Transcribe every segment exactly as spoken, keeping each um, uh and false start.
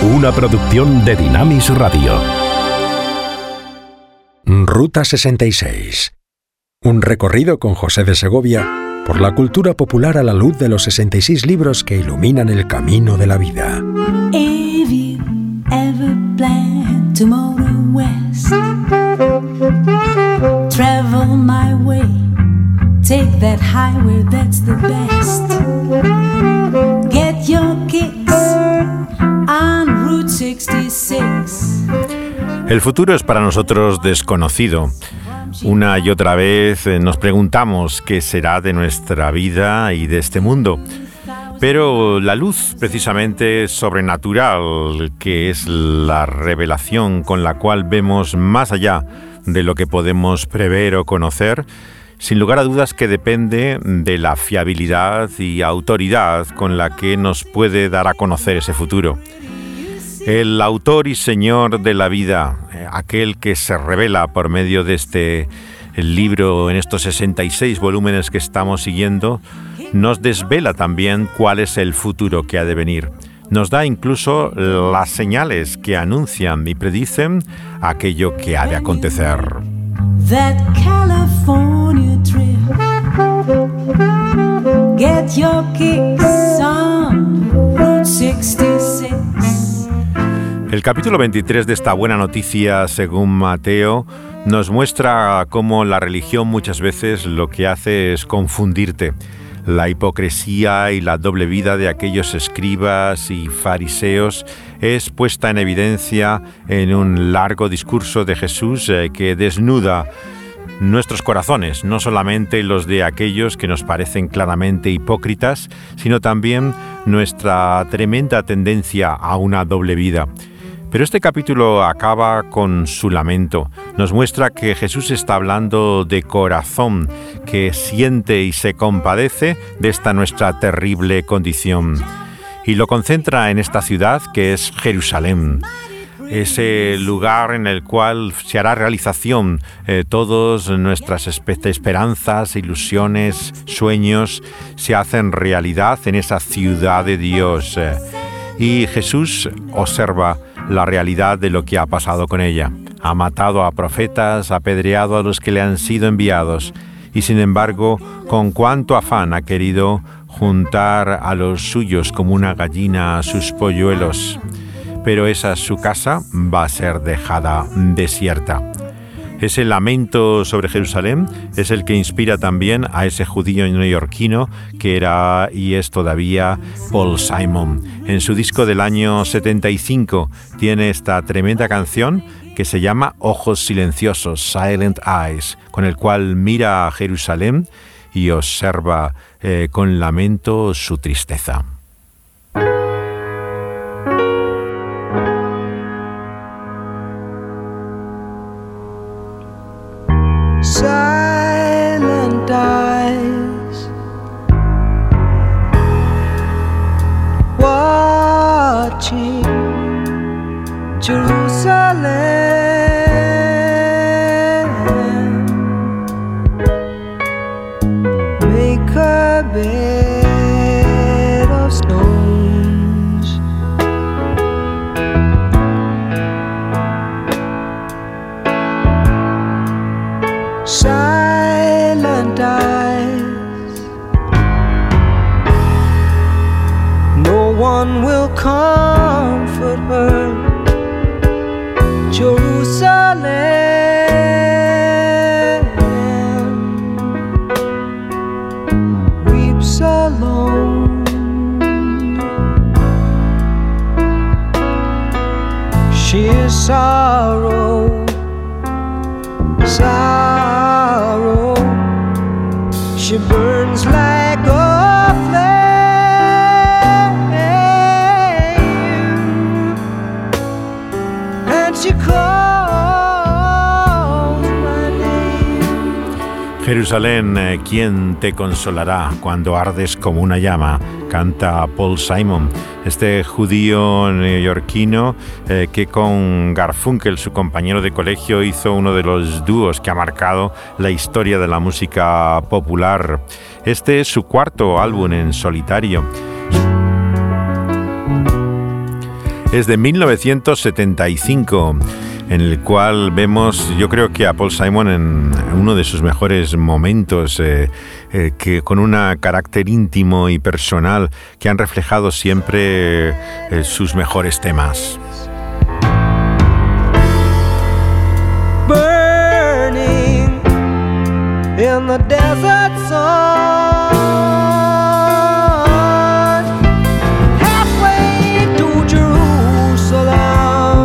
Una producción de Dynamis Radio. Ruta sesenta y seis. Un recorrido con José de Segovia por la cultura popular a la luz de los sesenta y seis libros que iluminan el camino de la vida. If you ever plan to motor west, travel my way, take that highway, that's the best. Get your kicks on Route sesenta y seis. El futuro es para nosotros desconocido. Una y otra vez nos preguntamos qué será de nuestra vida y de este mundo. Pero la luz precisamente sobrenatural, que es la revelación con la cual vemos más allá de lo que podemos prever o conocer, sin lugar a dudas que depende de la fiabilidad y autoridad con la que nos puede dar a conocer ese futuro. El autor y señor de la vida, aquel que se revela por medio de este libro en estos sesenta y seis volúmenes que estamos siguiendo, nos desvela también cuál es el futuro que ha de venir. Nos da incluso las señales que anuncian y predicen aquello que ha de acontecer. That California trip, get your kicks on Route sesenta y seis. El capítulo veintitrés de esta buena noticia, según Mateo, nos muestra cómo la religión muchas veces lo que hace es confundirte. La hipocresía y la doble vida de aquellos escribas y fariseos es puesta en evidencia en un largo discurso de Jesús eh, que desnuda nuestros corazones, no solamente los de aquellos que nos parecen claramente hipócritas, sino también nuestra tremenda tendencia a una doble vida. Pero este capítulo acaba con su lamento. Nos muestra que Jesús está hablando de corazón, que siente y se compadece de esta nuestra terrible condición. Y lo concentra en esta ciudad que es Jerusalén. Ese lugar en el cual se hará realización eh, todas nuestras esperanzas, ilusiones, sueños, se hacen realidad en esa ciudad de Dios. Y Jesús observa la realidad de lo que ha pasado con ella. Ha matado a profetas, ha apedreado a los que le han sido enviados, y sin embargo, con cuánto afán ha querido juntar a los suyos como una gallina a sus polluelos. Pero esa su casa va a ser dejada desierta. Ese lamento sobre Jerusalén es el que inspira también a ese judío neoyorquino que era y es todavía Paul Simon. En su disco del año setenta y cinco tiene esta tremenda canción que se llama Ojos Silenciosos, Silent Eyes, con el cual mira a Jerusalén y observa eh, con lamento su tristeza. Silent eyes watching Jerusalem, make a bed of stones, silent eyes, no one will comfort her. Jerusalem weeps alone. She is sorrow, sorrow. She burns like a flame, and she calls my name. Jerusalén, eh, ¿quién te consolará cuando ardes como una llama? Canta Paul Simon, este judío neoyorquino eh, que con Garfunkel, su compañero de colegio, hizo uno de los dúos que ha marcado la historia de la música popular. Este es su cuarto álbum en solitario. Es de mil novecientos setenta y cinco, en el cual vemos, yo creo que a Paul Simon en uno de sus mejores momentos, eh, eh, que con un carácter íntimo y personal que han reflejado siempre eh, sus mejores temas. Burning in the desert sun, halfway to Jerusalem.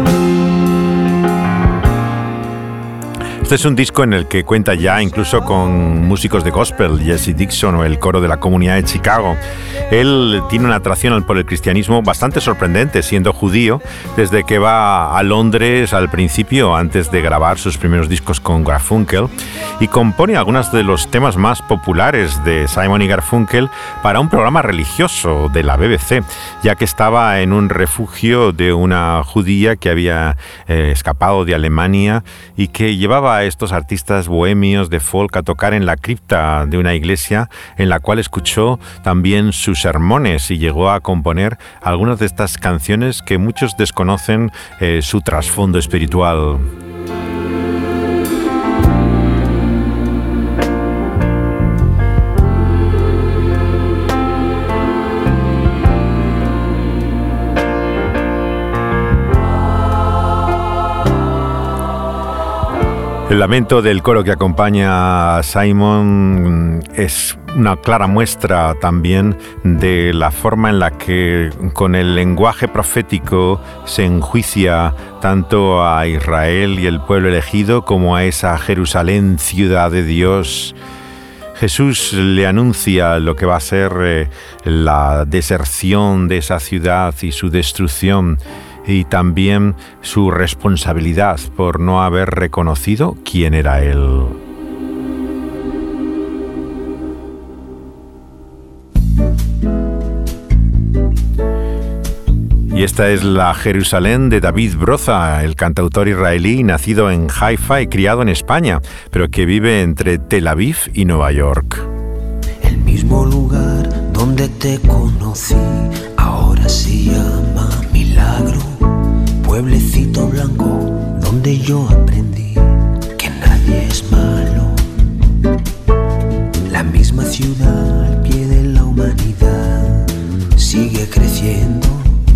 Este es un disco en el que cuenta ya incluso con músicos de gospel, Jesse Dixon o el coro de la comunidad de Chicago. Él tiene una atracción por el cristianismo bastante sorprendente, siendo judío, desde que va a Londres al principio, antes de grabar sus primeros discos con Garfunkel, y compone algunos de los temas más populares de Simon y Garfunkel para un programa religioso de la B B C, ya que estaba en un refugio de una judía que había eh, escapado de Alemania y que llevaba a estos artistas bohemios de folk a tocar en la cripta de una iglesia, en la cual escuchó también sus sermones y llegó a componer algunas de estas canciones que muchos desconocen eh, su trasfondo espiritual. El lamento del coro que acompaña a Simon es una clara muestra también de la forma en la que con el lenguaje profético se enjuicia tanto a Israel y el pueblo elegido como a esa Jerusalén, ciudad de Dios. Jesús le anuncia lo que va a ser eh, la deserción de esa ciudad y su destrucción, y también su responsabilidad por no haber reconocido quién era Él. Y esta es la Jerusalén de David Broza, el cantautor israelí nacido en Haifa y criado en España, pero que vive entre Tel Aviv y Nueva York. El mismo lugar donde te conocí, ahora se llama Milagro. Pueblecito blanco donde yo aprendí que nadie es malo. La misma ciudad al pie de la humanidad sigue creciendo.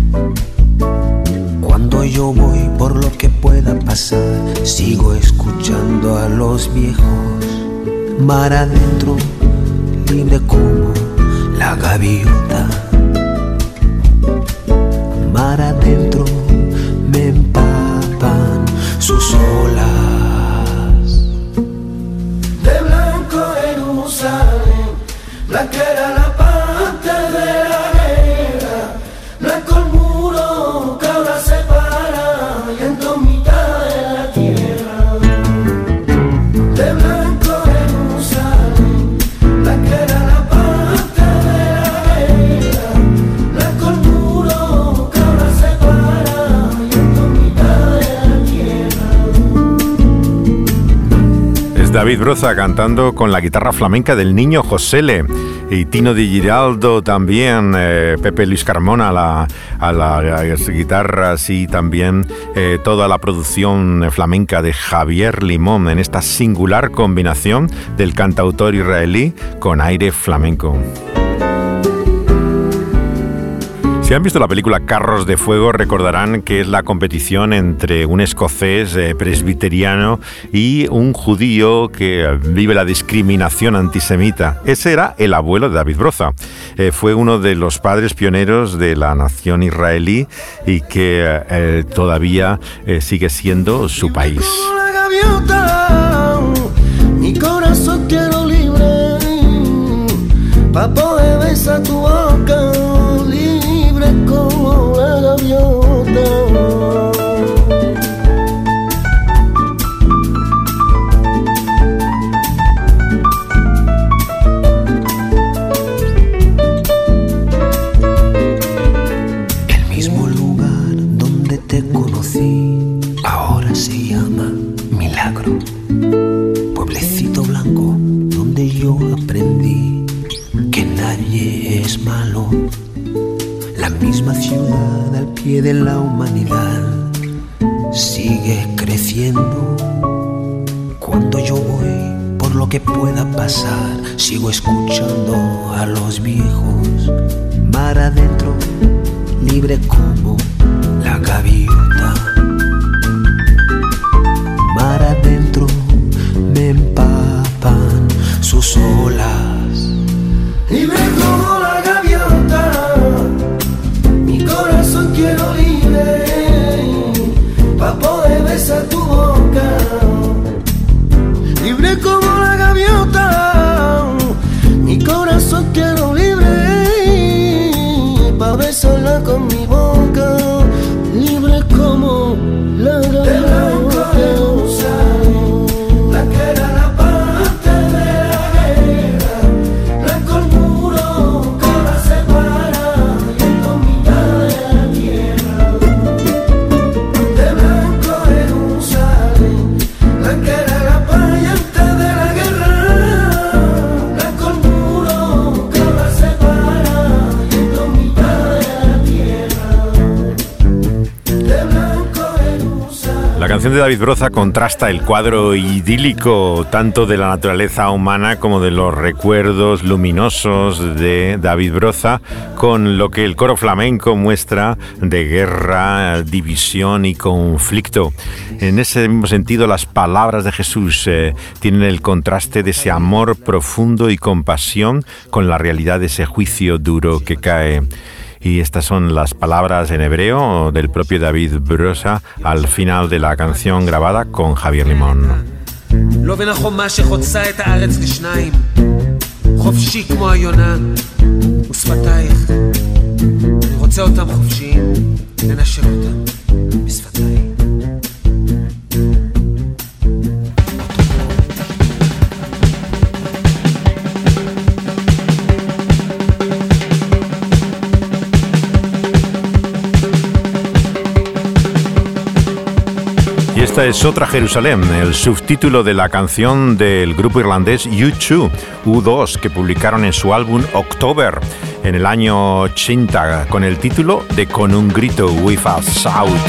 Cuando yo voy por lo que pueda pasar, sigo escuchando a los viejos. Mar adentro, libre como la gaviota. Mar adentro, me empapan sus olas. De blanco Jerusalén, blanca era la parte de la guerra, blanco el muro que ahora separa y en tu mitad de la tierra. De blanco Jerusalén, blanca era la parte de la guerra, blanco el muro que ahora separa y en tu mitad de la tierra. Es David Broza cantando con la guitarra flamenca del niño Josele. Y Tino Di Giraldo también, eh, Pepe Luis Carmona a, la, a, la, a las guitarras y también eh, toda la producción flamenca de Javier Limón en esta singular combinación del cantautor israelí con aire flamenco. Si han visto la película Carros de Fuego, recordarán que es la competición entre un escocés eh, presbiteriano y un judío que vive la discriminación antisemita. Ese era el abuelo de David Broza. Eh, fue uno de los padres pioneros de la nación israelí y que eh, todavía eh, sigue siendo su país. Mi corazón quiero libre, pa' poder besar tu boca, libre como la gaviota. El mismo lugar donde te conocí, ahora se llama Milagro. Pueblecito blanco donde yo aprendí que nadie es malo. La misma ciudad al pie de la humanidad sigue creciendo. Cuando yo voy por lo que pueda pasar, sigo escuchando a los viejos. Mar adentro, libre como la gaviota. Mar adentro me empapan sus olas. Libre como la gaviota, mi corazón quiero libre, pa' poder besar tu boca. Libre como la gaviota, mi corazón quiero libre, pa' besarla con mi boca. Libre como la gaviota. De blanco Jerusalén, blanca era la parte de la guerra, blanco el muro que la separa, yendo mitad de la tierra. De blanco Jerusalén, blanca era la parte antes de la guerra, blanco el muro que la separa, yendo mitad de la tierra. De blanco Jerusalén. La canción de David Broza contrasta el cuadro idílico tanto de la naturaleza humana como de los recuerdos luminosos de David Broza con lo que el coro flamenco muestra de guerra, división y conflicto. En ese mismo sentido, las palabras de Jesús eh, tienen el contraste de ese amor profundo y compasión con la realidad de ese juicio duro que cae. Y estas son las palabras en hebreo del propio David Broza al final de la canción grabada con Javier Limón. לא בין החומה שחוצה את הארץ לשניים, חופשי כמו היונה ושפתייך, אני רוצה אותם חופשיים, לנשק אותם בשפתיי. Y esta es Otra Jerusalén, el subtítulo de la canción del grupo irlandés U dos, U dos, que publicaron en su álbum October en el año ochenta con el título de Con un grito, With a Shout.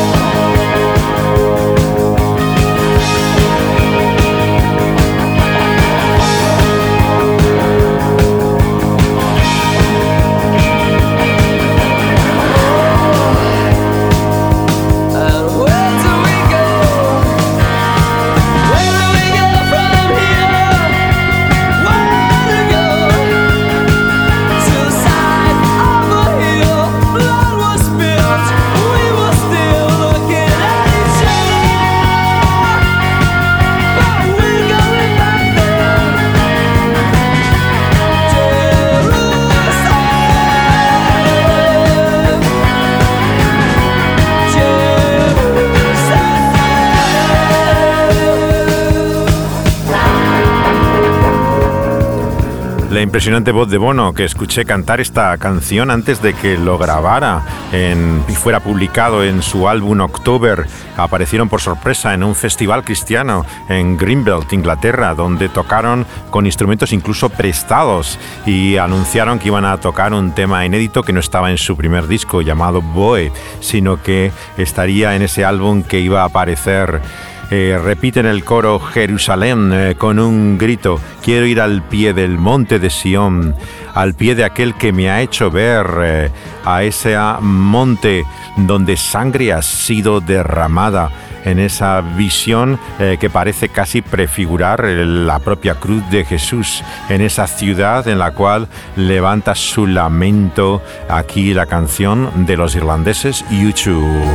La impresionante voz de Bono, que escuché cantar esta canción antes de que lo grabara en, y fuera publicado en su álbum October, aparecieron por sorpresa en un festival cristiano en Greenbelt, Inglaterra, donde tocaron con instrumentos incluso prestados y anunciaron que iban a tocar un tema inédito que no estaba en su primer disco llamado Boe, sino que estaría en ese álbum que iba a aparecer. Eh, repiten el coro Jerusalén eh, con un grito: quiero ir al pie del monte de Sión, al pie de aquel que me ha hecho ver, eh, a ese monte donde sangre ha sido derramada, en esa visión eh, que parece casi prefigurar la propia cruz de Jesús, en esa ciudad en la cual levanta su lamento aquí la canción de los irlandeses U dos.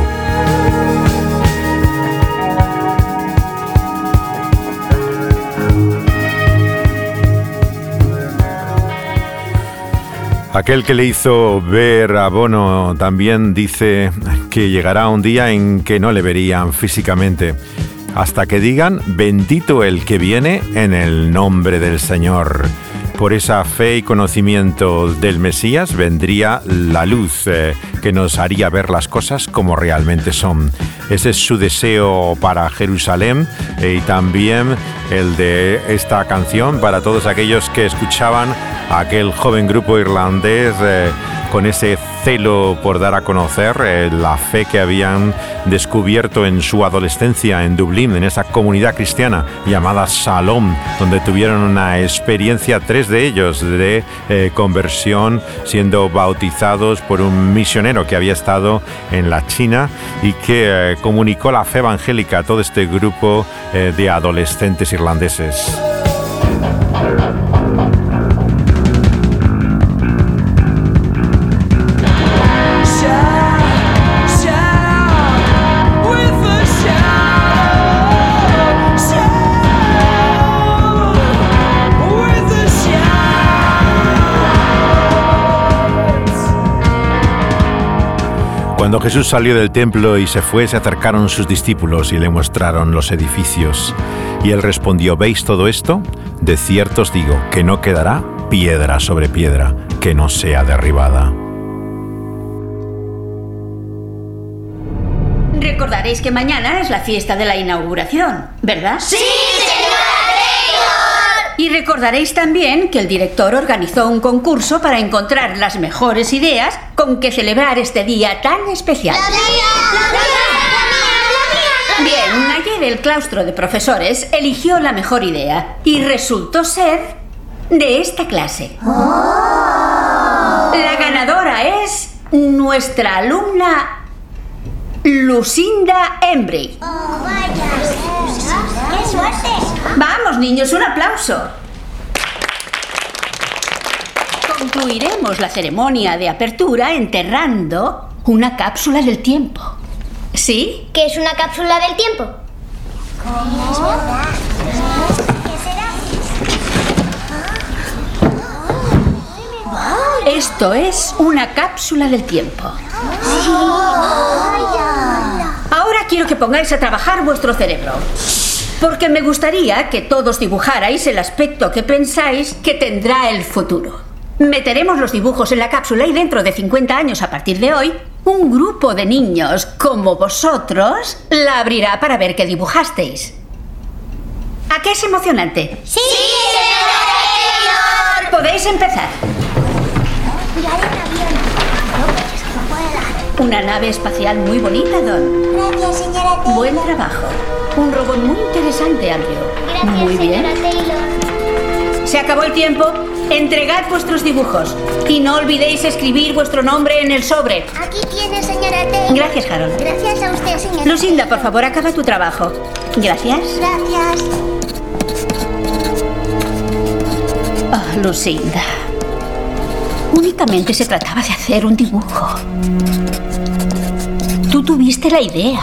Aquel que le hizo ver a Bono también dice que llegará un día en que no le verían físicamente, hasta que digan: bendito el que viene en el nombre del Señor. Por esa fe y conocimiento del Mesías vendría la luz eh, que nos haría ver las cosas como realmente son. Ese es su deseo para Jerusalén eh, y también el de esta canción para todos aquellos que escuchaban a aquel joven grupo irlandés eh, con ese celo por dar a conocer eh, la fe que habían descubierto en su adolescencia en Dublín, en esa comunidad cristiana llamada Shalom, donde tuvieron una experiencia, tres de ellos, de eh, conversión, siendo bautizados por un misionero que había estado en la China y que eh, comunicó la fe evangélica a todo este grupo eh, de adolescentes irlandeses. Cuando Jesús salió del templo y se fue, se acercaron sus discípulos y le mostraron los edificios. Y él respondió: ¿veis todo esto? De cierto os digo que no quedará piedra sobre piedra que no sea derribada. Recordaréis que mañana es la fiesta de la inauguración, ¿verdad? ¡Sí, señora Taylor! Y recordaréis también que el director organizó un concurso para encontrar las mejores ideas con que celebrar este día tan especial. ¡La mía! ¡La mía! ¡La mía! Bien, ayer el claustro de profesores eligió la mejor idea y resultó ser de esta clase. Oh. La ganadora es nuestra alumna Lucinda Embry. ¡Oh, vaya! ¡Qué suerte! Vamos, niños, un aplauso. Concluiremos la ceremonia de apertura enterrando una cápsula del tiempo. ¿Sí? ¿Qué es una cápsula del tiempo? ¿Cómo? Es verdad. ¿Qué será? Esto es una cápsula del tiempo. Sí. Ahora quiero que pongáis a trabajar vuestro cerebro, porque me gustaría que todos dibujarais el aspecto que pensáis que tendrá el futuro. Meteremos los dibujos en la cápsula y dentro de cincuenta años a partir de hoy, un grupo de niños como vosotros la abrirá para ver qué dibujasteis. ¿A qué es emocionante? ¡Sí, señora Taylor! Podéis empezar. Una nave espacial muy bonita, Don. Gracias, señora Taylor. Buen trabajo. Un robot muy interesante, Andrew. Gracias, muy bien. señora Taylor. Se acabó el tiempo. Entregad vuestros dibujos. Y no olvidéis escribir vuestro nombre en el sobre. Aquí tiene, señora Taylor. Gracias, Harold. Gracias a usted, señora. Lucinda, por favor, acaba tu trabajo. Gracias. Gracias. Oh, Lucinda. Únicamente se trataba de hacer un dibujo. Tú tuviste la idea.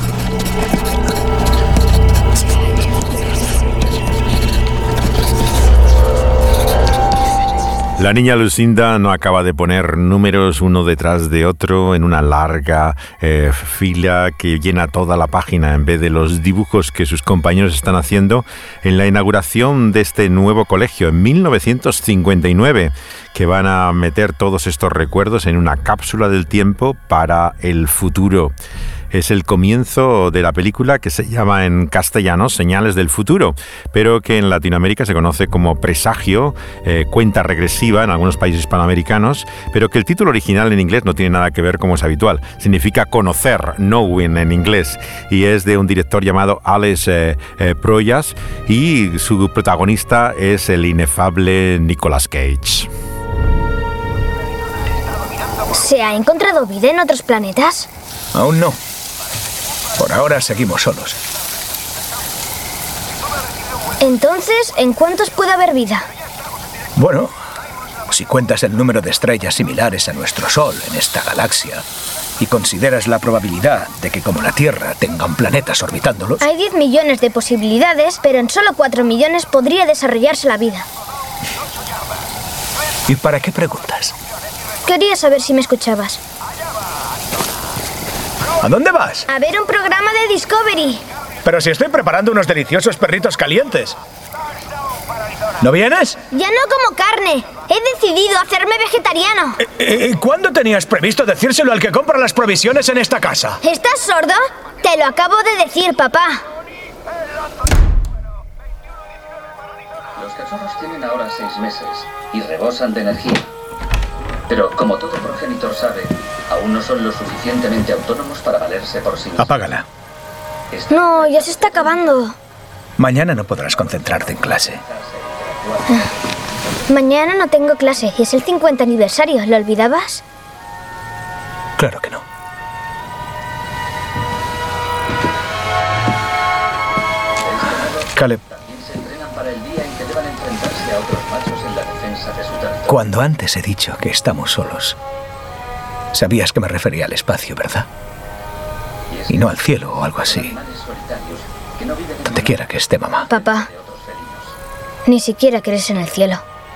La niña Lucinda no acaba de poner números uno detrás de otro en una larga eh, fila que llena toda la página en vez de los dibujos que sus compañeros están haciendo en la inauguración de este nuevo colegio en mil novecientos cincuenta y nueve, que van a meter todos estos recuerdos en una cápsula del tiempo para el futuro. Es el comienzo de la película que se llama en castellano Señales del Futuro, pero que en Latinoamérica se conoce como Presagio, eh, cuenta regresiva en algunos países hispanoamericanos, pero que el título original en inglés no tiene nada que ver como es habitual. Significa conocer, knowing en inglés, y es de un director llamado Alex eh, eh, Proyas, y su protagonista es el inefable Nicolas Cage. ¿Se ha encontrado vida en otros planetas? Aún no. Por ahora seguimos solos. Entonces, ¿en cuántos puede haber vida? Bueno, si cuentas el número de estrellas similares a nuestro Sol en esta galaxia y consideras la probabilidad de que, como la Tierra, tengan planetas orbitándolos... Hay diez millones de posibilidades, pero en solo cuatro millones podría desarrollarse la vida. ¿Y para qué preguntas? Quería saber si me escuchabas. ¿A dónde vas? A ver un programa de Discovery. Pero si estoy preparando unos deliciosos perritos calientes. ¿No vienes? Ya no como carne. He decidido hacerme vegetariano. ¿Y cuándo tenías previsto decírselo al que compra las provisiones en esta casa? ¿Estás sordo? Te lo acabo de decir, papá. Los cachorros tienen ahora seis meses y rebosan de energía. Pero como todo progenitor sabe, aún no son lo suficientemente autónomos para valerse por sí mismos. Apágala. No, ya se está acabando. Mañana no podrás concentrarte en clase. Mañana no tengo clase y es el cincuenta aniversario. ¿Lo olvidabas? Claro que no. Caleb. Cuando antes he dicho que estamos solos, sabías que me refería al espacio, ¿verdad? Y no al cielo o algo así. Donde quiera que esté, mamá. Papá, ni siquiera crees en el cielo.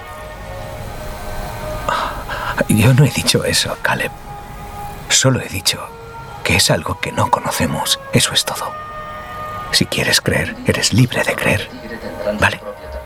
Yo no he dicho eso, Caleb. Solo he dicho que es algo que no conocemos. Eso es todo. Si quieres creer, eres libre de creer. ¿Vale?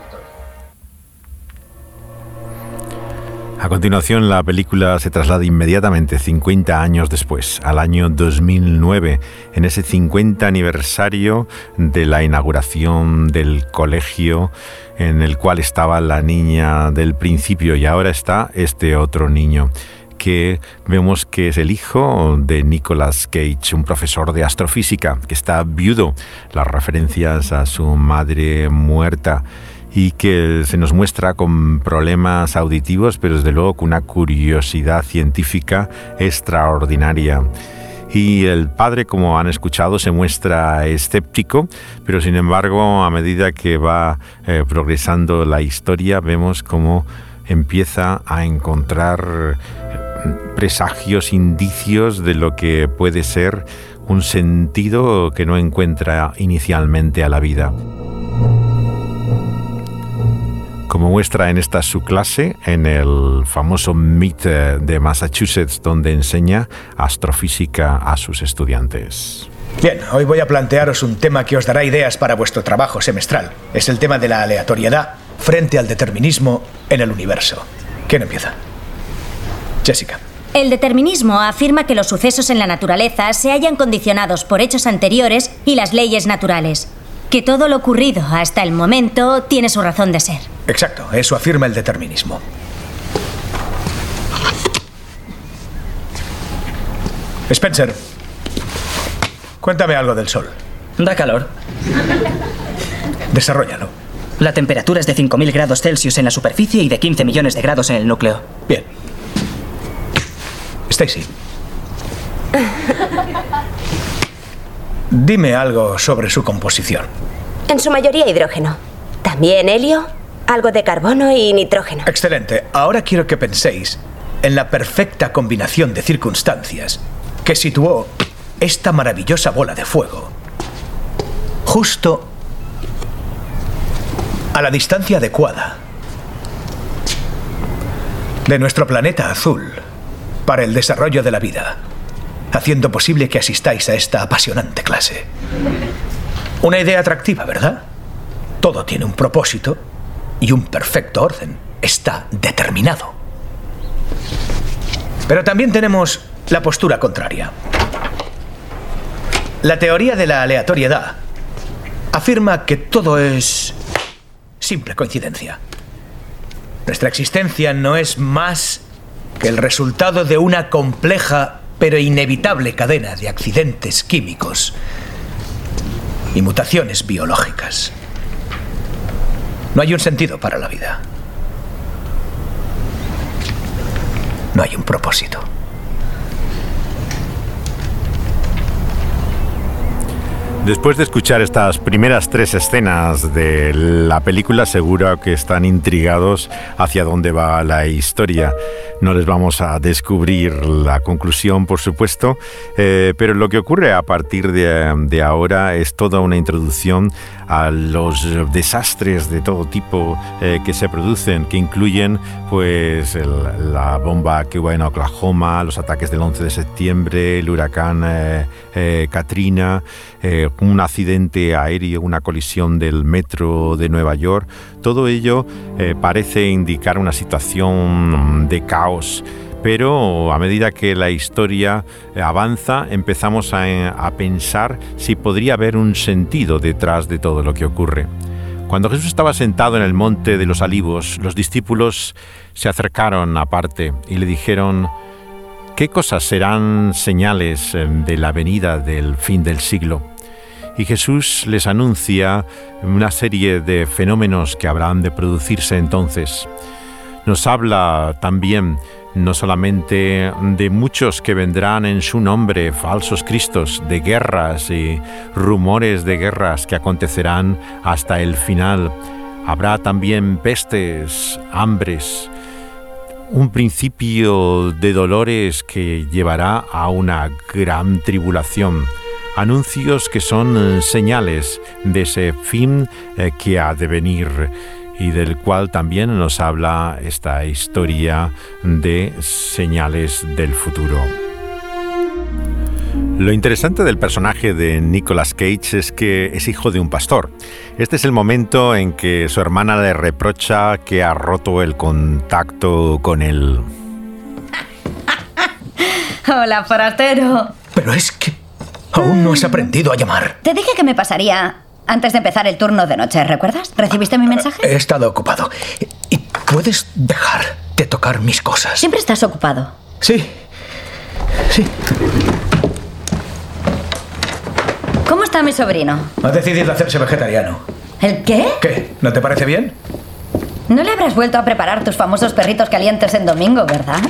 A continuación, la película se traslada inmediatamente, cincuenta años después, al año dos mil nueve, en ese cincuenta aniversario de la inauguración del colegio en el cual estaba la niña del principio, y ahora está este otro niño, que vemos que es el hijo de Nicolas Cage, un profesor de astrofísica, que está viudo, las referencias a su madre muerta, y que se nos muestra con problemas auditivos, pero desde luego con una curiosidad científica extraordinaria. Y el padre, como han escuchado, se muestra escéptico, pero sin embargo, a medida que va eh, progresando la historia, vemos cómo empieza a encontrar presagios, indicios de lo que puede ser un sentido que no encuentra inicialmente a la vida. Como muestra en esta su clase, en el famoso M I T de Massachusetts, donde enseña astrofísica a sus estudiantes. Bien, hoy voy a plantearos un tema que os dará ideas para vuestro trabajo semestral. Es el tema de la aleatoriedad frente al determinismo en el universo. ¿Quién empieza? Jessica. El determinismo afirma que los sucesos en la naturaleza se hallan condicionados por hechos anteriores y las leyes naturales. Que todo lo ocurrido hasta el momento tiene su razón de ser. Exacto, eso afirma el determinismo. Spencer, cuéntame algo del Sol. Da calor. Desarróllalo. La temperatura es de cinco mil grados Celsius en la superficie y de quince millones de grados en el núcleo. Bien. Stacy. Dime algo sobre su composición. En su mayoría hidrógeno. También helio, algo de carbono y nitrógeno. Excelente. Ahora quiero que penséis en la perfecta combinación de circunstancias que situó esta maravillosa bola de fuego justo a la distancia adecuada de nuestro planeta azul para el desarrollo de la vida, haciendo posible que asistáis a esta apasionante clase. Una idea atractiva, ¿verdad? Todo tiene un propósito y un perfecto orden. Está determinado. Pero también tenemos la postura contraria. La teoría de la aleatoriedad afirma que todo es simple coincidencia. Nuestra existencia no es más que el resultado de una compleja pero inevitable cadena de accidentes químicos y mutaciones biológicas. No hay un sentido para la vida. No hay un propósito. Después de escuchar estas primeras tres escenas de la película, seguro que están intrigados hacia dónde va la historia. No les vamos a descubrir la conclusión, por supuesto, eh, pero lo que ocurre a partir de, de ahora es toda una introducción a los desastres de todo tipo eh, que se producen, que incluyen pues el, la bomba que hubo en Oklahoma, los ataques del once de septiembre, el huracán eh, eh, Katrina, eh, un accidente aéreo, una colisión del metro de Nueva York. Todo ello eh, parece indicar una situación de caos, pero a medida que la historia avanza empezamos a, a pensar si podría haber un sentido detrás de todo lo que ocurre. Cuando Jesús estaba sentado en el monte de los Olivos, los discípulos se acercaron aparte y le dijeron: ¿qué cosas serán señales de la venida del fin del siglo? Y Jesús les anuncia una serie de fenómenos que habrán de producirse entonces. Nos habla también no solamente de muchos que vendrán en su nombre, falsos cristos, de guerras y rumores de guerras que acontecerán hasta el final. Habrá también pestes, hambres, un principio de dolores que llevará a una gran tribulación. Anuncios que son señales de ese fin eh, que ha de venir, y del cual también nos habla esta historia de señales del futuro. Lo interesante del personaje de Nicolas Cage es que es hijo de un pastor. Este es el momento en que su hermana le reprocha que ha roto el contacto con él. Hola, forastero. Pero es que aún no has aprendido a llamar. Te dije que me pasaría antes de empezar el turno de noche, ¿recuerdas? ¿Recibiste mi mensaje? He estado ocupado. ¿Y puedes dejar de tocar mis cosas? Siempre estás ocupado. Sí. Sí. ¿Cómo está mi sobrino? Ha decidido hacerse vegetariano. ¿El qué? ¿Qué? ¿No te parece bien? No le habrás vuelto a preparar tus famosos perritos calientes en domingo, ¿verdad?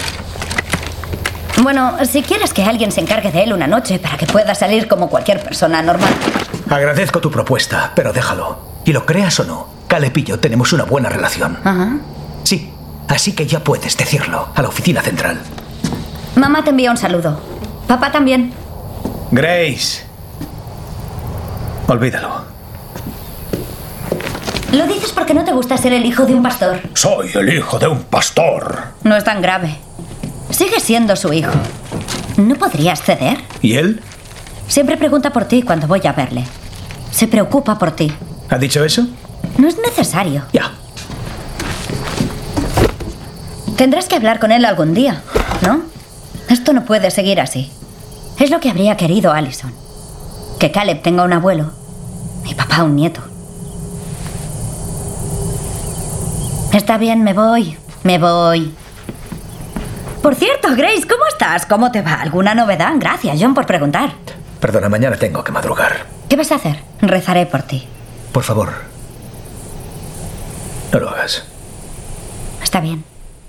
Bueno, si quieres que alguien se encargue de él una noche para que pueda salir como cualquier persona normal. Agradezco tu propuesta, pero déjalo. Y lo creas o no, Caleb y yo tenemos una buena relación. Ajá. Sí, así que ya puedes decirlo a la oficina central. Mamá te envía un saludo. Papá también. Grace. Olvídalo. Lo dices porque no te gusta ser el hijo de un pastor. Soy el hijo de un pastor. No es tan grave. Sigue siendo su hijo. ¿No podrías ceder? ¿Y él? Siempre pregunta por ti cuando voy a verle. Se preocupa por ti. ¿Ha dicho eso? No es necesario. Ya. Tendrás que hablar con él algún día, ¿no? Esto no puede seguir así. Es lo que habría querido Allison. Que Caleb tenga un abuelo y papá un nieto. Está bien, me voy. Me voy. Por cierto, Grace, ¿cómo estás? ¿Cómo te va? ¿Alguna novedad? Gracias, John, por preguntar. Perdona, mañana tengo que madrugar. ¿Qué vas a hacer? Rezaré por ti. Por favor, no lo hagas. Está bien.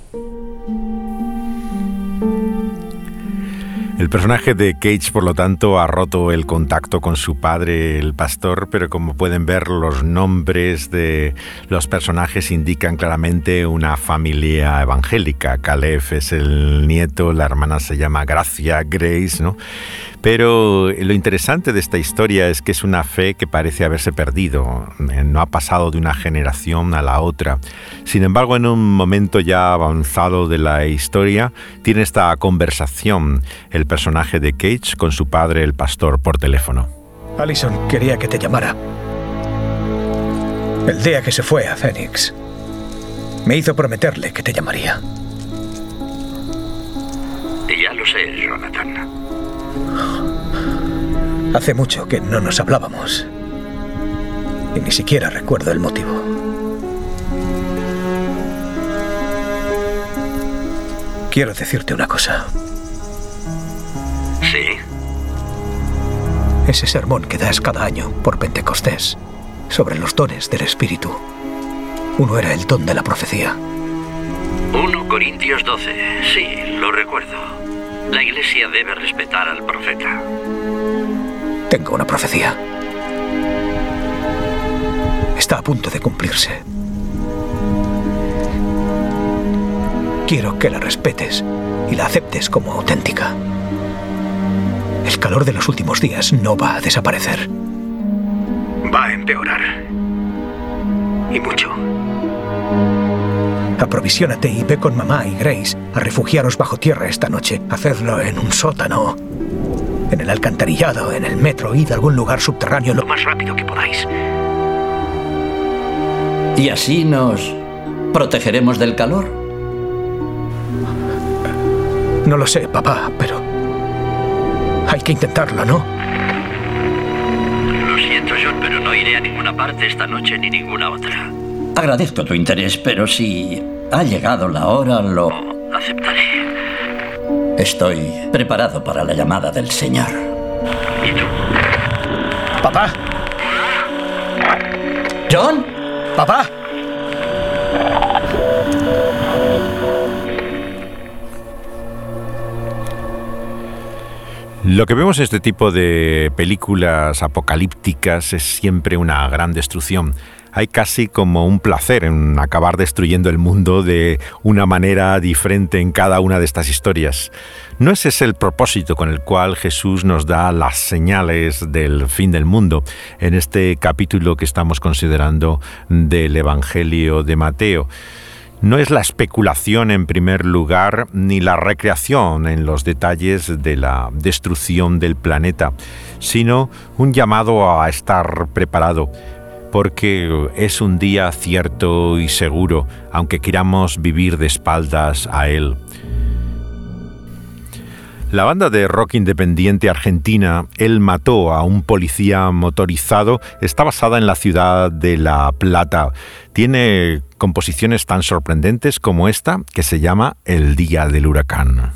El personaje de Cage, por lo tanto, ha roto el contacto con su padre, el pastor, pero como pueden ver, los nombres de los personajes indican claramente una familia evangélica. Caleb es el nieto, la hermana se llama Gracia, Grace, ¿no? Pero lo interesante de esta historia es que es una fe que parece haberse perdido, no ha pasado de una generación a la otra. Sin embargo, en un momento ya avanzado de la historia, tiene esta conversación el personaje de Cage con su padre, el pastor, por teléfono. Allison quería que te llamara. El día que se fue a Phoenix, me hizo prometerle que te llamaría. Ya lo sé, Jonathan. Hace mucho que no nos hablábamos. Y ni siquiera recuerdo el motivo. Quiero decirte una cosa. ¿Sí? Ese sermón que das cada año por Pentecostés sobre los dones del Espíritu. Uno era el don de la profecía. primero Corintios doce. Sí, lo recuerdo. La Iglesia debe respetar al profeta. Tengo una profecía. Está a punto de cumplirse. Quiero que la respetes y la aceptes como auténtica. El calor de los últimos días no va a desaparecer. Va a empeorar. Y mucho. Aprovisionate y ve con mamá y Grace a refugiaros bajo tierra esta noche. Hacedlo en un sótano, en el alcantarillado, en el metro, id a algún lugar subterráneo lo más rápido que podáis. ¿Y así nos protegeremos del calor? No lo sé, papá, pero hay que intentarlo, ¿no? Lo siento, John, pero no iré a ninguna parte. parte esta noche ni ninguna otra. Agradezco tu interés, pero si ha llegado la hora, lo aceptaré. Estoy preparado para la llamada del Señor. ¿Y tú? ¿Papá? ¿John? ¿Papá? Lo que vemos en este tipo de películas apocalípticas es siempre una gran destrucción. Hay casi como un placer en acabar destruyendo el mundo de una manera diferente en cada una de estas historias. No ese es el propósito con el cual Jesús nos da las señales del fin del mundo en este capítulo que estamos considerando del Evangelio de Mateo. No es la especulación en primer lugar, ni la recreación en los detalles de la destrucción del planeta, sino un llamado a estar preparado, porque es un día cierto y seguro, aunque queramos vivir de espaldas a él. La banda de rock independiente argentina Él mató a un policía motorizado está basada en la ciudad de La Plata. Tiene composiciones tan sorprendentes como esta, que se llama El día del huracán.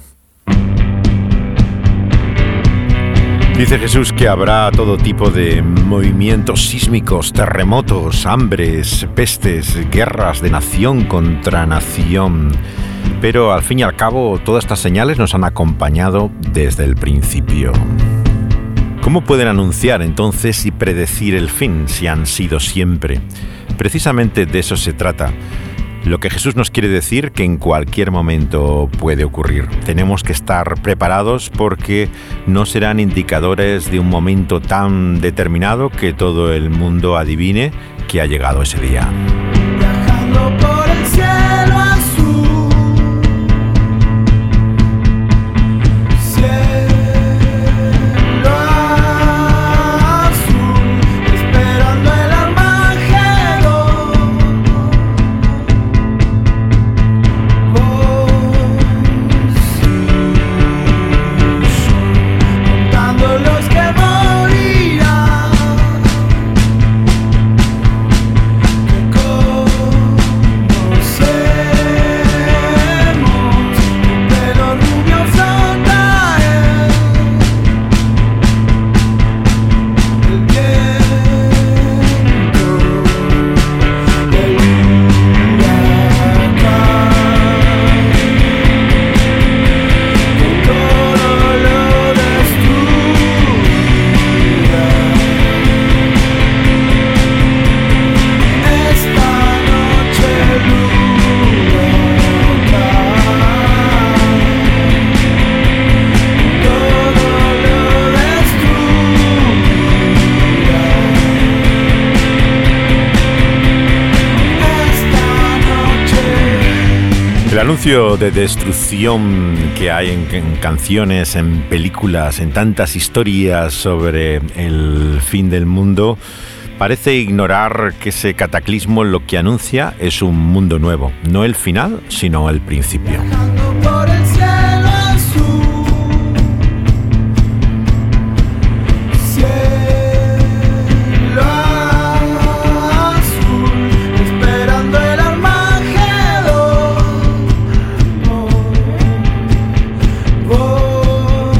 Dice Jesús que habrá todo tipo de movimientos sísmicos, terremotos, hambres, pestes, guerras de nación contra nación. Pero al fin y al cabo, todas estas señales nos han acompañado desde el principio. ¿Cómo pueden anunciar entonces y predecir el fin si han sido siempre? Precisamente de eso se trata. Lo que Jesús nos quiere decir que en cualquier momento puede ocurrir. Tenemos que estar preparados porque no serán indicadores de un momento tan determinado que todo el mundo adivine que ha llegado ese día. Viajando por el cielo azul, cielo azul, esperando el Armagedón. Contando los que morirán, que conocemos, tu pelo rubio flota en el viento del huracán, que todo lo destruirá. Esta noche el huracán, todo lo destruirá. Esta noche. El anuncio de destrucción que hay en, en canciones, en películas, en tantas historias sobre el fin del mundo, parece ignorar que ese cataclismo lo que anuncia es un mundo nuevo. No el final, sino el principio. Por el cielo azul, cielo azul, esperando el Armagedón. Vos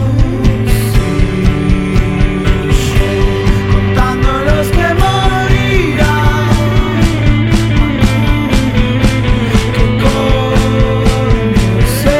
y yo, contando los que morirán, que conocemos.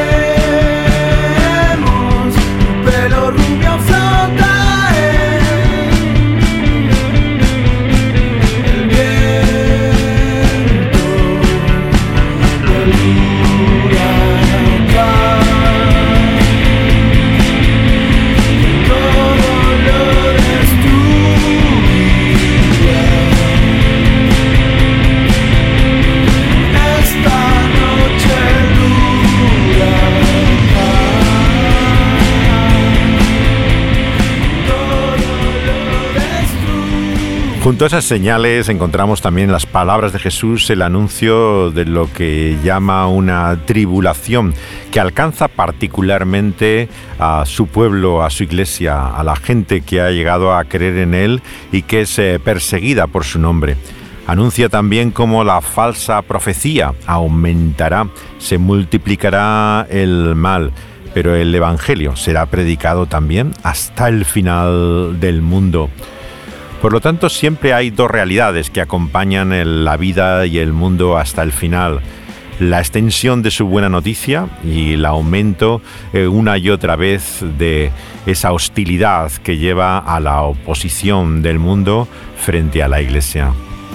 Junto a esas señales encontramos también las palabras de Jesús, el anuncio de lo que llama una tribulación que alcanza particularmente a su pueblo, a su iglesia, a la gente que ha llegado a creer en él y que es eh, perseguida por su nombre. Anuncia también cómo la falsa profecía aumentará, se multiplicará el mal, pero el evangelio será predicado también hasta el final del mundo. Por lo tanto, siempre hay dos realidades que acompañan el, la vida y el mundo hasta el final. La extensión de su buena noticia y el aumento eh, una y otra vez de esa hostilidad que lleva a la oposición del mundo frente a la Iglesia.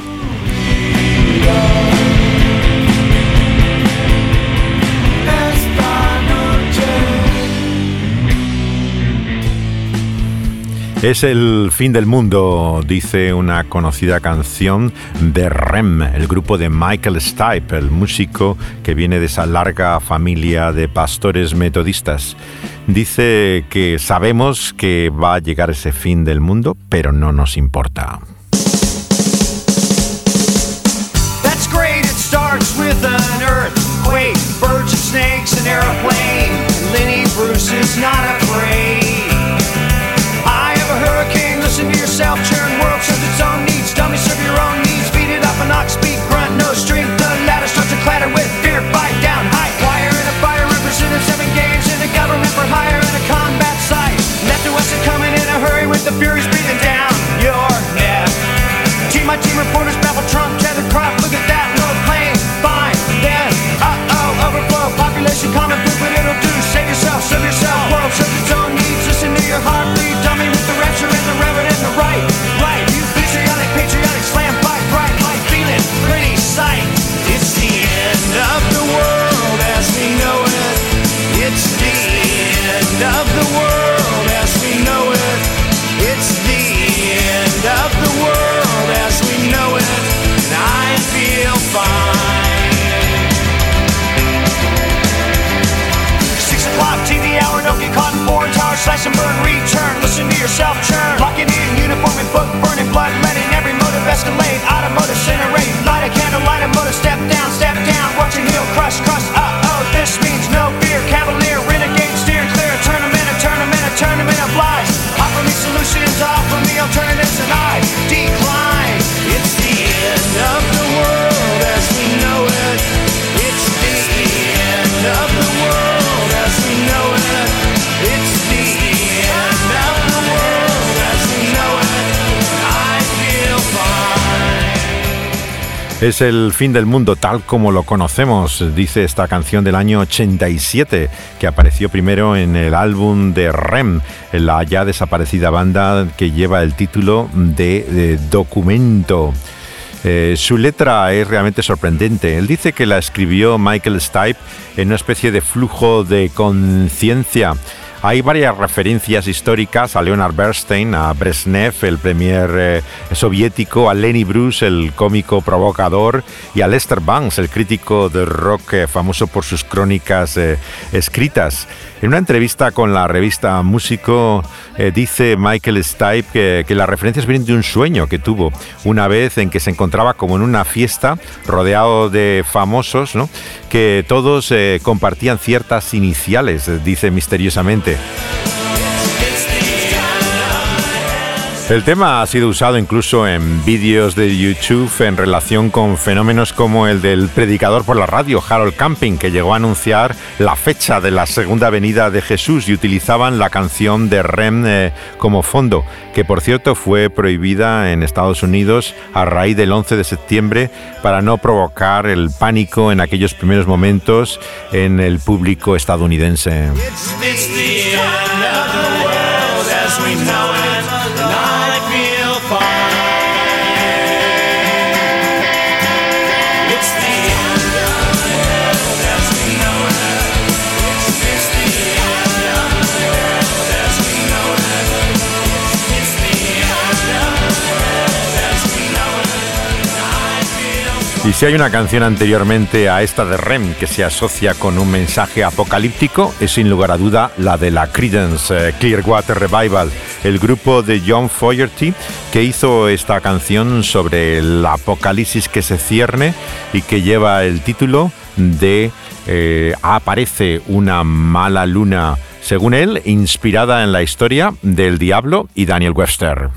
Es el fin del mundo, dice una conocida canción de R E M, el grupo de Michael Stipe, el músico que viene de esa larga familia de pastores metodistas. Dice que sabemos que va a llegar ese fin del mundo, pero no nos importa. That's great, it starts with an earthquake, birds and snakes, an airplane. Lenny Bruce is not afraid. Hurricane, listen to yourself, churn, world serves its own needs, dummy serve your own needs, beat it up an ox, speak, grunt, no strength, the ladder starts to clatter with fear, bite down, high wire in a fire, represented seven games in a government for hire in a combat site, left to us and coming in a hurry with the furies breathing down your neck. Team my team reporters babble Trump, tether crop, look at that, no plane, fine, then, uh-oh, overflow, population common poop, what it'll do, save yourself, serve yourself, world serves its own needs, listen to your heart, bleed, dummy with the rapture and the reverend and the right, right, you patriotic, patriotic, slam, fight, bright, light, feeling, pretty sight. It's the end of the world as we know it. It's the end of the world as we know it. It's the end of the world as we know it. And I feel fine. Six o'clock T V hour, don't get caught in foreign towers, slash and burn, return, listen to yourself churn, locking in, uniform and book, burning blood, letting every motive escalate, automotive incinerate, light a candle, light a motive, step down, step down, watching heel crush, crush, uh-oh, this means no fear, cavalier, renegade, steer clear, a tournament, a tournament, a tournament of lies, offer me solutions, offer me alternatives, and I decline. It's the end of the world as we know it. It's the end of the world as we know it. It's the end of the world as we know it. I feel fine. Es el fin del mundo tal como lo conocemos, dice esta canción del año ochenta y siete, que apareció primero en el álbum de R E M, la ya desaparecida banda que lleva el título de, de Documento. Eh, su letra es realmente sorprendente. Él dice que la escribió Michael Stipe en una especie de flujo de conciencia. Hay varias referencias históricas a Leonard Bernstein, a Brezhnev, el premier eh, soviético, a Lenny Bruce, el cómico provocador, y a Lester Bangs, el crítico de rock eh, famoso por sus crónicas eh, escritas. En una entrevista con la revista Músico, eh, dice Michael Stipe que, que las referencias vienen de un sueño que tuvo una vez en que se encontraba como en una fiesta rodeado de famosos, ¿no?, que todos eh, compartían ciertas iniciales, dice misteriosamente. El tema ha sido usado incluso en vídeos de YouTube en relación con fenómenos como el del predicador por la radio, Harold Camping, que llegó a anunciar la fecha de la segunda venida de Jesús y utilizaban la canción de R E M eh, como fondo, que por cierto fue prohibida en Estados Unidos a raíz del once de septiembre para no provocar el pánico en aquellos primeros momentos en el público estadounidense. Y si hay una canción anteriormente a esta de R E M que se asocia con un mensaje apocalíptico, es sin lugar a duda la de la Creedence Clearwater Revival, el grupo de John Fogerty, que hizo esta canción sobre el apocalipsis que se cierne y que lleva el título de eh, Aparece una mala luna, según él, inspirada en la historia del Diablo y Daniel Webster.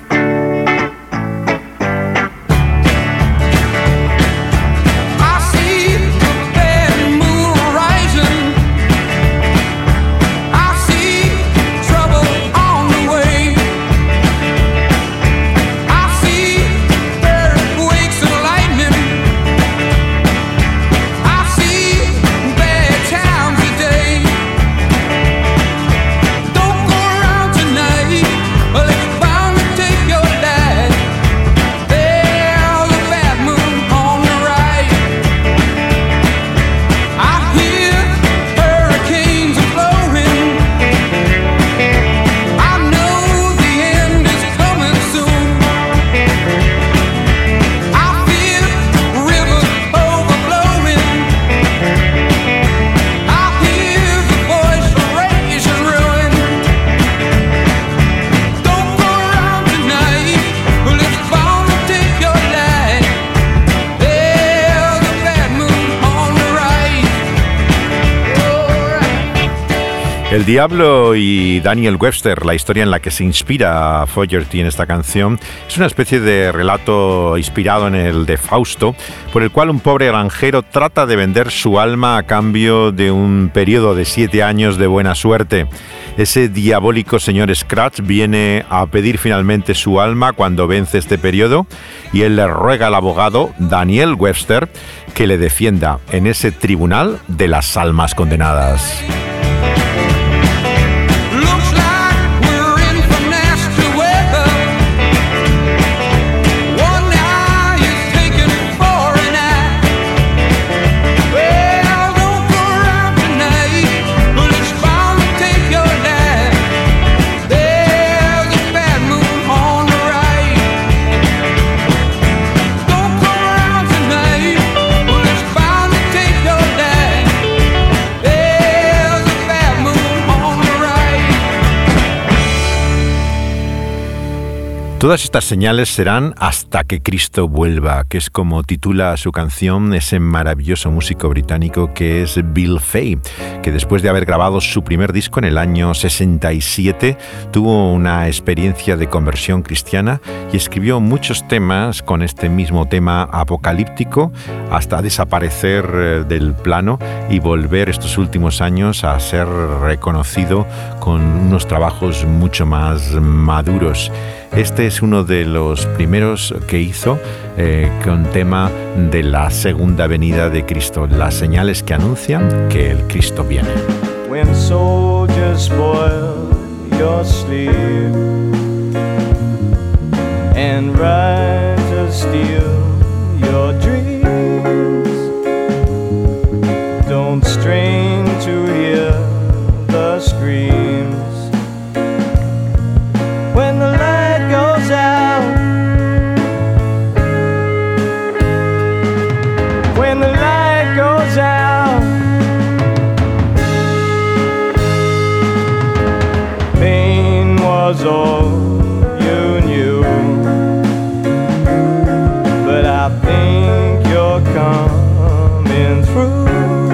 El Diablo y Daniel Webster, la historia en la que se inspira Fogerty en esta canción, es una especie de relato inspirado en el de Fausto, por el cual un pobre granjero trata de vender su alma a cambio de un periodo de siete años de buena suerte. Ese diabólico señor Scratch viene a pedir finalmente su alma cuando vence este periodo y él le ruega al abogado Daniel Webster que le defienda en ese tribunal de las almas condenadas. Todas estas señales serán hasta que Cristo vuelva, que es como titula su canción ese maravilloso músico británico que es Bill Fay, que después de haber grabado su primer disco en el año sesenta y siete, tuvo una experiencia de conversión cristiana y escribió muchos temas con este mismo tema apocalíptico hasta desaparecer del plano y volver estos últimos años a ser reconocido con unos trabajos mucho más maduros. Este es uno de los primeros que hizo eh, con tema de la segunda venida de Cristo, las señales que anuncian que el Cristo viene. When soldiers spoil your sleep and riders steal your dreams, don't strain to hear the screams when the light goes out, when the light goes out, pain was all you knew, but I think you're coming through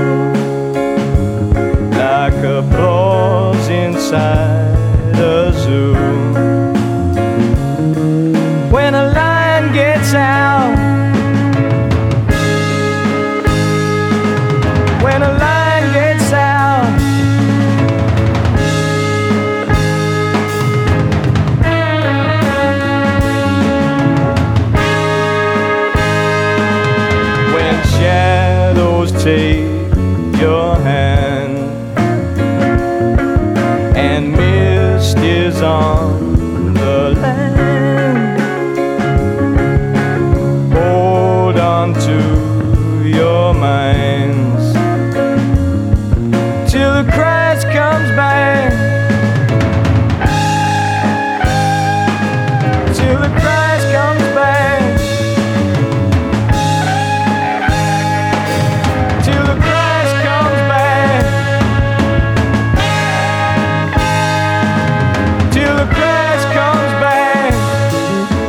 like applause inside a zoo. When a lion gets out, when a lion gets out, when shadows take your hand and mist is on the land, hold on to your minds till Christ comes back, till the Christ comes back, till the Christ comes back, till the Christ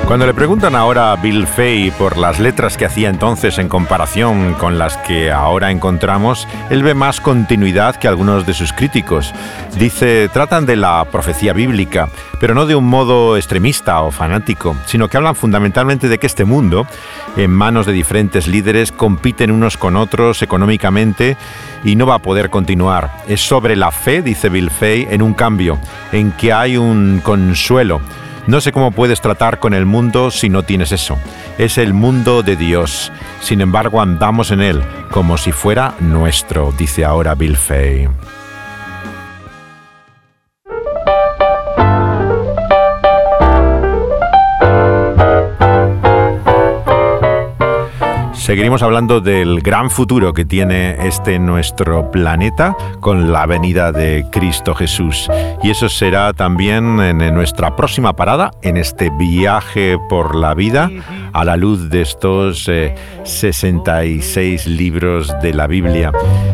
Cuando le preguntan ahora a Bill Fay por las letras que hacía entonces en comparación con las que ahora encontramos, él ve más continuidad que algunos de sus críticos. Dice, tratan de la profecía bíblica, pero no de un modo extremista o fanático, sino que hablan fundamentalmente de que este mundo, en manos de diferentes líderes, compiten unos con otros económicamente y no va a poder continuar. Es sobre la fe, dice Bill Fay, en un cambio, en que hay un consuelo. No sé cómo puedes tratar con el mundo si no tienes eso. Es el mundo de Dios. Sin embargo, andamos en él como si fuera nuestro, dice ahora Bill Fay. Seguiremos hablando del gran futuro que tiene este nuestro planeta con la venida de Cristo Jesús. Y eso será también en nuestra próxima parada, en este viaje por la vida, a la luz de estos eh, sesenta y seis libros de la Biblia.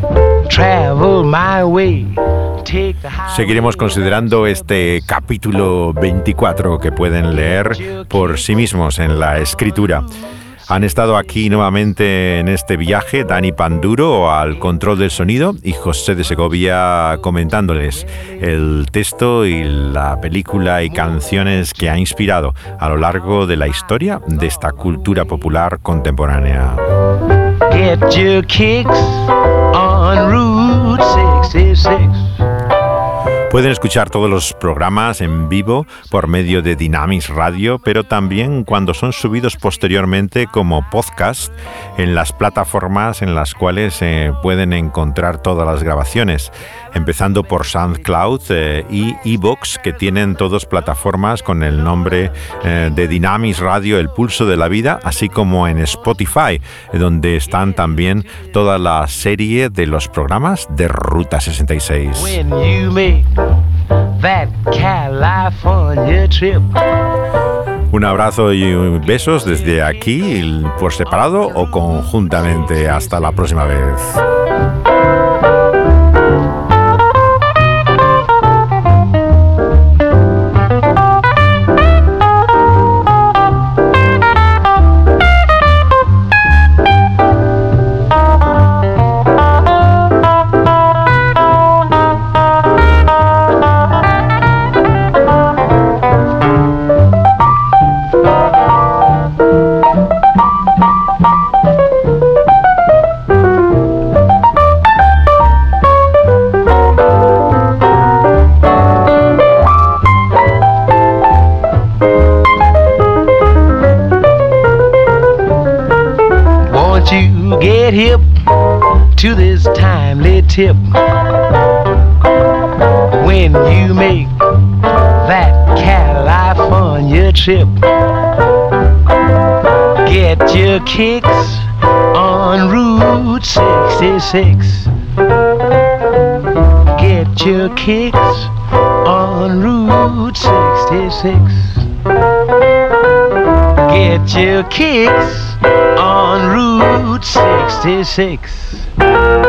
Seguiremos considerando este capítulo veinticuatro que pueden leer por sí mismos en la Escritura. Han estado aquí nuevamente en este viaje Dani Panduro al control del sonido y José de Segovia comentándoles el texto y la película y canciones que ha inspirado a lo largo de la historia de esta cultura popular contemporánea. Get your kicks on Route sesenta y seis. Pueden escuchar todos los programas en vivo por medio de Dynamics Radio, pero también cuando son subidos posteriormente como podcast en las plataformas en las cuales se eh, pueden encontrar todas las grabaciones, empezando por SoundCloud eh, y iVoox, que tienen todas plataformas con el nombre eh, de Dynamics Radio, El Pulso de la Vida, así como en Spotify, donde están también toda la serie de los programas de Ruta sesenta y seis. That California trip. Un abrazo y besos desde aquí, por separado o conjuntamente. Hasta la próxima vez. Get hip to this timely tip. When you make that California trip, get your kicks on Route sixty-six. Get your kicks on Route sixty-six. Get your kicks on Route sixty-six.